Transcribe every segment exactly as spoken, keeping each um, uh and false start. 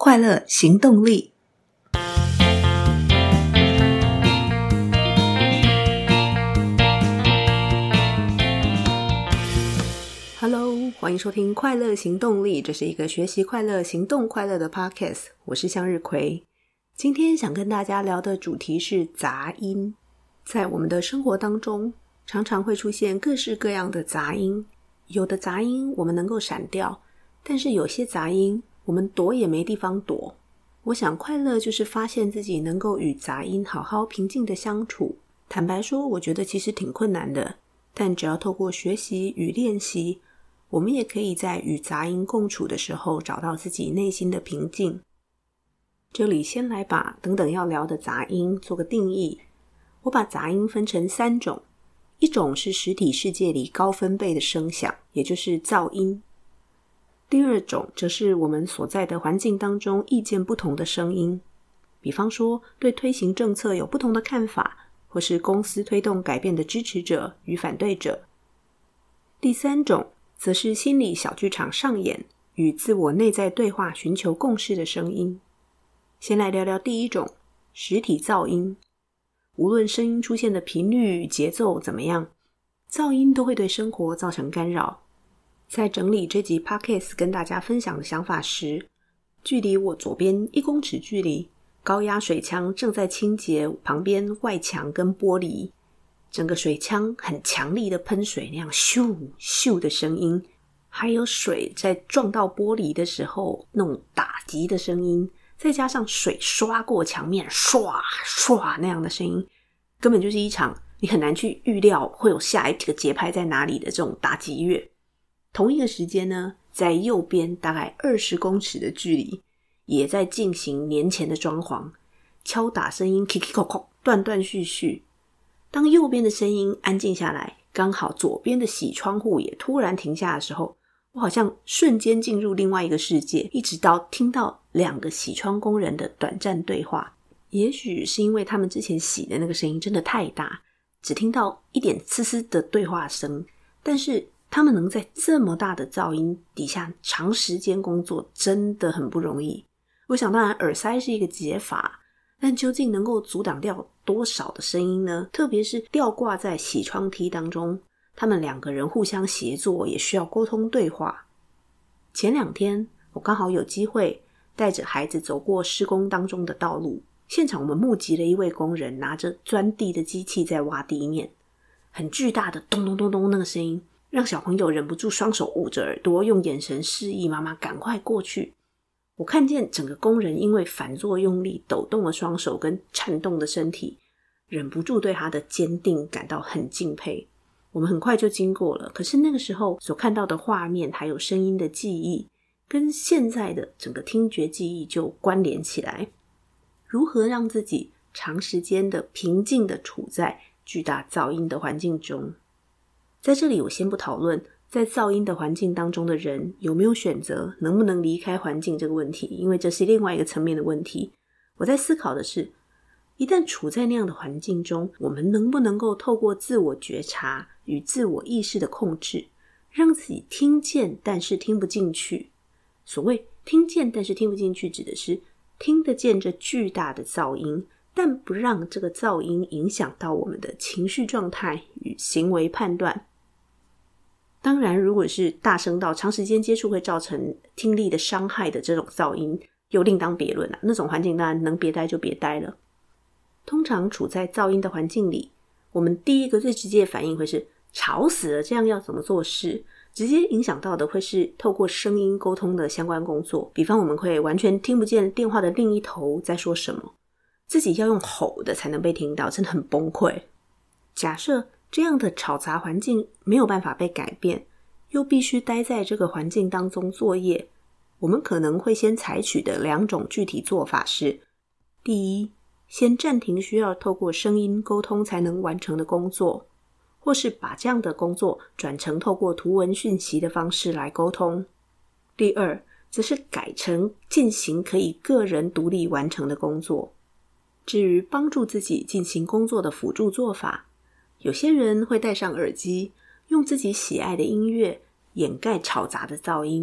快乐行动力。Hello， 欢迎收听快乐行动力，这是一个学习快乐、行动快乐的 podcast， 我是向日葵。今天想跟大家聊的主题是杂音。在我们的生活当中，常常会出现各式各样的杂音，有的杂音我们能够闪掉，但是有些杂音我们躲也没地方躲。我想快乐就是发现自己能够与杂音好好平静的相处。坦白说，我觉得其实挺困难的，但只要透过学习与练习，我们也可以在与杂音共处的时候找到自己内心的平静。这里先来把等等要聊的杂音做个定义。我把杂音分成三种，一种是实体世界里高分贝的声响，也就是噪音。第二种则是我们所在的环境当中意见不同的声音，比方说对推行政策有不同的看法，或是公司推动改变的支持者与反对者。第三种则是心理小剧场上演，与自我内在对话寻求共识的声音。先来聊聊第一种，实体噪音。无论声音出现的频率与节奏怎么样，噪音都会对生活造成干扰。在整理这集 podcast 跟大家分享的想法时，距离我左边一公尺距离，高压水枪正在清洁旁边外墙跟玻璃，整个水枪很强力的喷水，那样咻咻的声音，还有水在撞到玻璃的时候那种打击的声音，再加上水刷过墙面刷刷那样的声音，根本就是一场你很难去预料会有下一个节拍在哪里的这种打击乐。同一个时间呢，在右边大概二十公尺的距离，也在进行年前的装潢，敲打声音 k i k i k o k 断断续续。当右边的声音安静下来，刚好左边的洗窗户也突然停下的时候，我好像瞬间进入另外一个世界，一直到听到两个洗窗工人的短暂对话。也许是因为他们之前洗的那个声音真的太大，只听到一点嘶嘶的对话声，但是他们能在这么大的噪音底下长时间工作真的很不容易。我想当然耳塞是一个解法，但究竟能够阻挡掉多少的声音呢？特别是吊挂在洗窗梯当中，他们两个人互相协作，也需要沟通对话。前两天我刚好有机会带着孩子走过施工当中的道路，现场我们目击了一位工人拿着钻地的机器在挖地面，很巨大的咚咚咚咚那个声音让小朋友忍不住双手捂着耳朵，用眼神示意妈妈赶快过去。我看见整个工人因为反作用力抖动了双手跟颤动的身体，忍不住对他的坚定感到很敬佩。我们很快就经过了，可是那个时候所看到的画面还有声音的记忆，跟现在的整个听觉记忆就关联起来。如何让自己长时间的平静的处在巨大噪音的环境中？在这里我先不讨论在噪音的环境当中的人有没有选择能不能离开环境这个问题，因为这是另外一个层面的问题。我在思考的是，一旦处在那样的环境中，我们能不能够透过自我觉察与自我意识的控制，让自己听见但是听不进去。所谓听见但是听不进去，指的是听得见这巨大的噪音，但不让这个噪音影响到我们的情绪状态与行为判断。当然如果是大声到长时间接触会造成听力的伤害的这种噪音又另当别论啦，那种环境当然能别待就别待了。通常处在噪音的环境里，我们第一个最直接的反应会是吵死了，这样要怎么做事？直接影响到的会是透过声音沟通的相关工作，比方我们会完全听不见电话的另一头在说什么，自己要用吼的才能被听到，真的很崩溃。假设这样的吵杂环境没有办法被改变，又必须待在这个环境当中作业，我们可能会先采取的两种具体做法是：第一，先暂停需要透过声音沟通才能完成的工作，或是把这样的工作转成透过图文讯息的方式来沟通。第二，则是改成进行可以个人独立完成的工作。至于帮助自己进行工作的辅助做法，有些人会戴上耳机，用自己喜爱的音乐掩盖吵杂的噪音，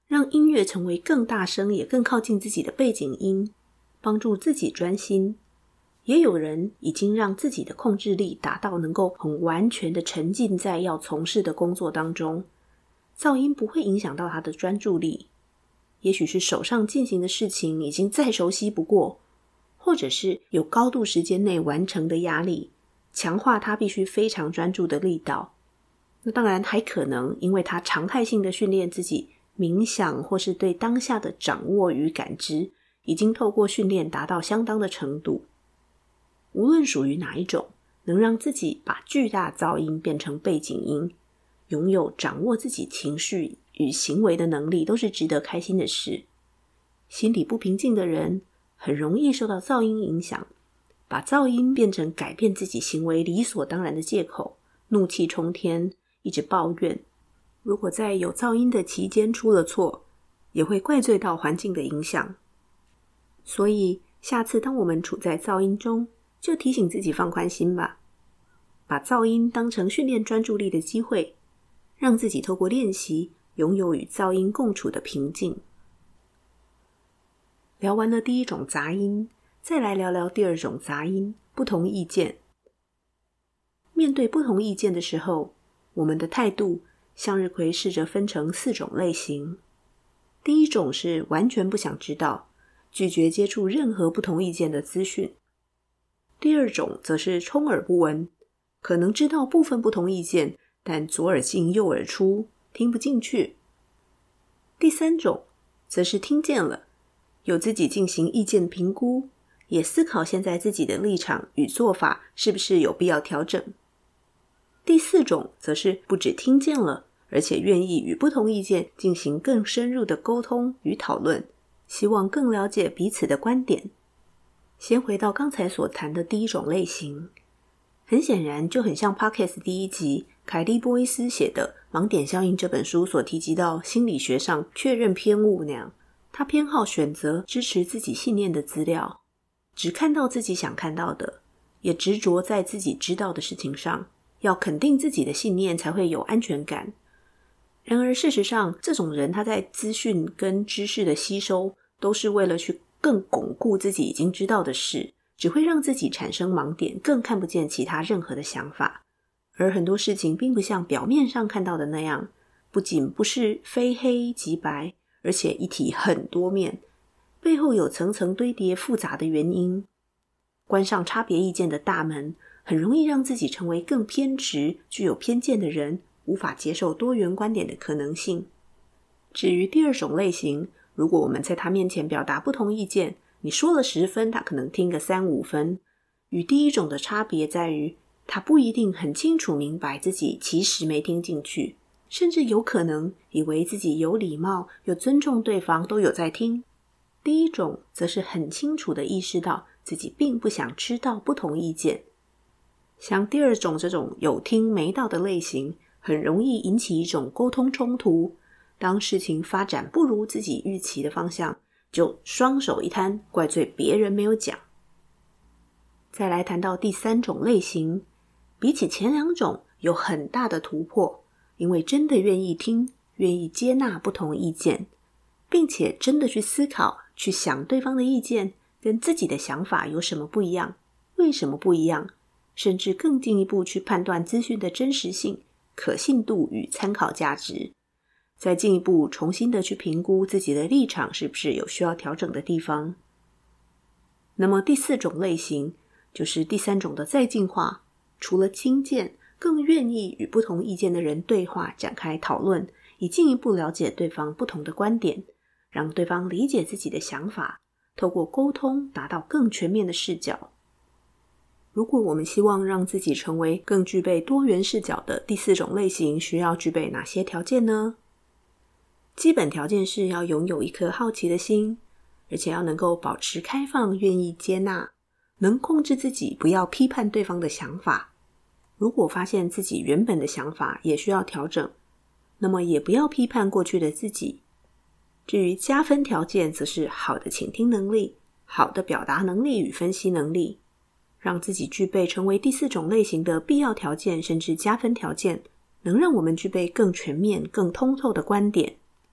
让音乐成为更大声也更靠近自己的背景音，帮助自己专心。也有人已经让自己的控制力达到能够很完全的沉浸在要从事的工作当中，噪音不会影响到他的专注力。也许是手上进行的事情已经再熟悉不过，或者是有高度时间内完成的压力，强化他必须非常专注的力道。那当然还可能因为他常态性的训练自己冥想，或是对当下的掌握与感知已经透过训练达到相当的程度。无论属于哪一种，能让自己把巨大噪音变成背景音，拥有掌握自己情绪与行为的能力，都是值得开心的事。心理不平静的人很容易受到噪音影响，把噪音变成改变自己行为理所当然的借口，怒气冲天，一直抱怨。如果在有噪音的期间出了错，也会怪罪到环境的影响。所以下次当我们处在噪音中，就提醒自己放宽心吧，把噪音当成训练专注力的机会，让自己透过练习拥有与噪音共处的平静。聊完了第一种杂音，再来聊聊第二种杂音，不同意见。面对不同意见的时候，我们的态度，向日葵试着分成四种类型。第一种是完全不想知道，拒绝接触任何不同意见的资讯。第二种则是充耳不闻，可能知道部分不同意见，但左耳进右耳出，听不进去。第三种则是听见了，有自己进行意见评估，也思考现在自己的立场与做法是不是有必要调整。第四种则是不只听见了，而且愿意与不同意见进行更深入的沟通与讨论，希望更了解彼此的观点。先回到刚才所谈的第一种类型，很显然就很像 Podcast 第一集凯利波伊斯写的《盲点效应》这本书所提及到心理学上确认偏误那样，他偏好选择支持自己信念的资料，只看到自己想看到的，也执着在自己知道的事情上，要肯定自己的信念才会有安全感。然而事实上，这种人他在资讯跟知识的吸收都是为了去更巩固自己已经知道的事，只会让自己产生盲点，更看不见其他任何的想法。而很多事情并不像表面上看到的那样，不仅不是非黑即白，而且一体很多面，背后有层层堆叠复杂的原因。关上差别意见的大门，很容易让自己成为更偏执、具有偏见的人，无法接受多元观点的可能性。至于第二种类型，如果我们在他面前表达不同意见，你说了十分，他可能听个三五分。与第一种的差别在于，他不一定很清楚明白自己其实没听进去，甚至有可能以为自己有礼貌、有尊重对方，都有在听。第一种则是很清楚地意识到自己并不想知道不同意见。像第二种这种有听没到的类型，很容易引起一种沟通冲突。当事情发展不如自己预期的方向，就双手一摊，怪罪别人没有讲。再来谈到第三种类型，比起前两种有很大的突破，因为真的愿意听，愿意接纳不同意见，并且真的去思考，去想对方的意见跟自己的想法有什么不一样，为什么不一样，甚至更进一步去判断资讯的真实性、可信度与参考价值，再进一步重新的去评估自己的立场是不是有需要调整的地方。那么第四种类型，就是第三种的再进化，除了听见，更愿意与不同意见的人对话，展开讨论，以进一步了解对方不同的观点，让对方理解自己的想法，透过沟通达到更全面的视角。如果我们希望让自己成为更具备多元视角的第四种类型，需要具备哪些条件呢？基本条件是要拥有一颗好奇的心，而且要能够保持开放，愿意接纳，能控制自己不要批判对方的想法。如果发现自己原本的想法也需要调整，那么也不要批判过去的自己。至于加分条件，则是好的倾听能力、好的表达能力与分析能力，让自己具备成为第四种类型的必要条件，甚至加分条件，能让我们具备更全面、更通透的观点。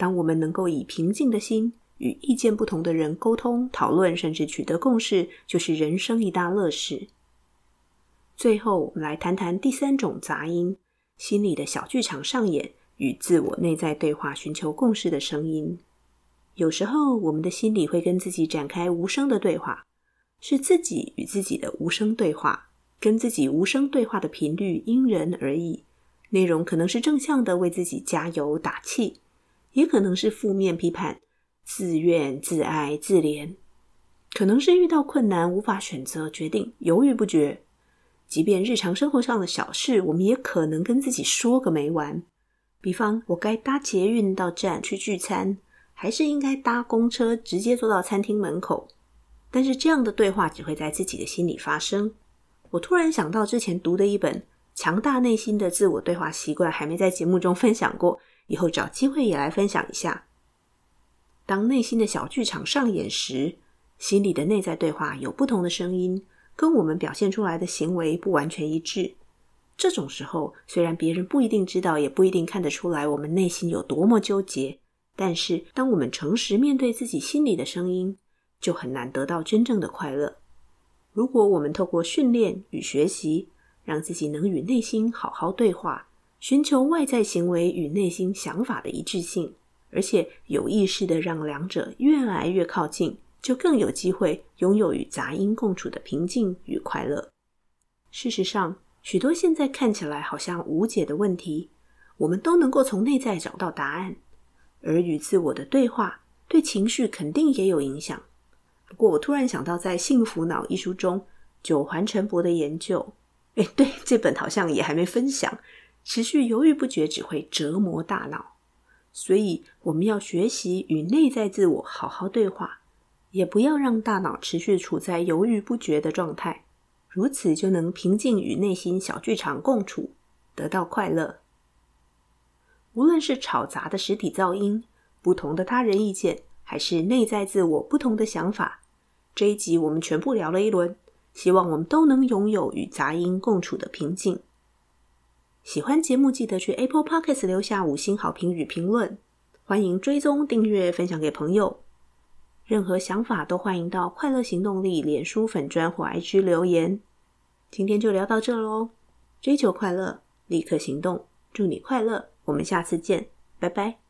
当我们能够以平静的心与意见不同的人沟通、讨论，甚至取得共识，就是人生一大乐事。最后，我们来谈谈第三种杂音，心里的小剧场上演与自我内在对话寻求共识的声音。有时候，我们的心里会跟自己展开无声的对话，是自己与自己的无声对话，跟自己无声对话的频率因人而异，内容可能是正向的为自己加油打气，也可能是负面批判、自怨、自哀、自怜，可能是遇到困难无法选择决定，犹豫不决。即便日常生活上的小事，我们也可能跟自己说个没完。比方，我该搭捷运到站去聚餐，还是应该搭公车直接坐到餐厅门口？但是这样的对话只会在自己的心里发生。我突然想到之前读的一本《强大内心的自我对话习惯》，还没在节目中分享过，以后找机会也来分享一下。当内心的小剧场上演时，心里的内在对话有不同的声音，跟我们表现出来的行为不完全一致。这种时候，虽然别人不一定知道，也不一定看得出来我们内心有多么纠结，但是当我们诚实面对自己心里的声音，就很难得到真正的快乐。如果我们透过训练与学习，让自己能与内心好好对话，寻求外在行为与内心想法的一致性，而且有意识地让两者越来越靠近，就更有机会拥有与杂音共处的平静与快乐。事实上，许多现在看起来好像无解的问题，我们都能够从内在找到答案，而与自我的对话对情绪肯定也有影响。不过我突然想到在《幸福脑》一书中，九环陈博的研究，诶对，这本好像也还没分享，持续犹豫不决只会折磨大脑。所以我们要学习与内在自我好好对话，也不要让大脑持续处在犹豫不决的状态，如此就能平静与内心小剧场共处，得到快乐。无论是吵杂的实体噪音、不同的他人意见，还是内在自我不同的想法，这一集我们全部聊了一轮，希望我们都能拥有与杂音共处的平静。喜欢节目记得去 Apple Podcast 留下五星好评与评论，欢迎追踪、订阅、分享给朋友。任何想法都欢迎到快乐行动力脸书粉专或 I G 留言。今天就聊到这咯，追求快乐，立刻行动，祝你快乐，我们下次见，拜拜。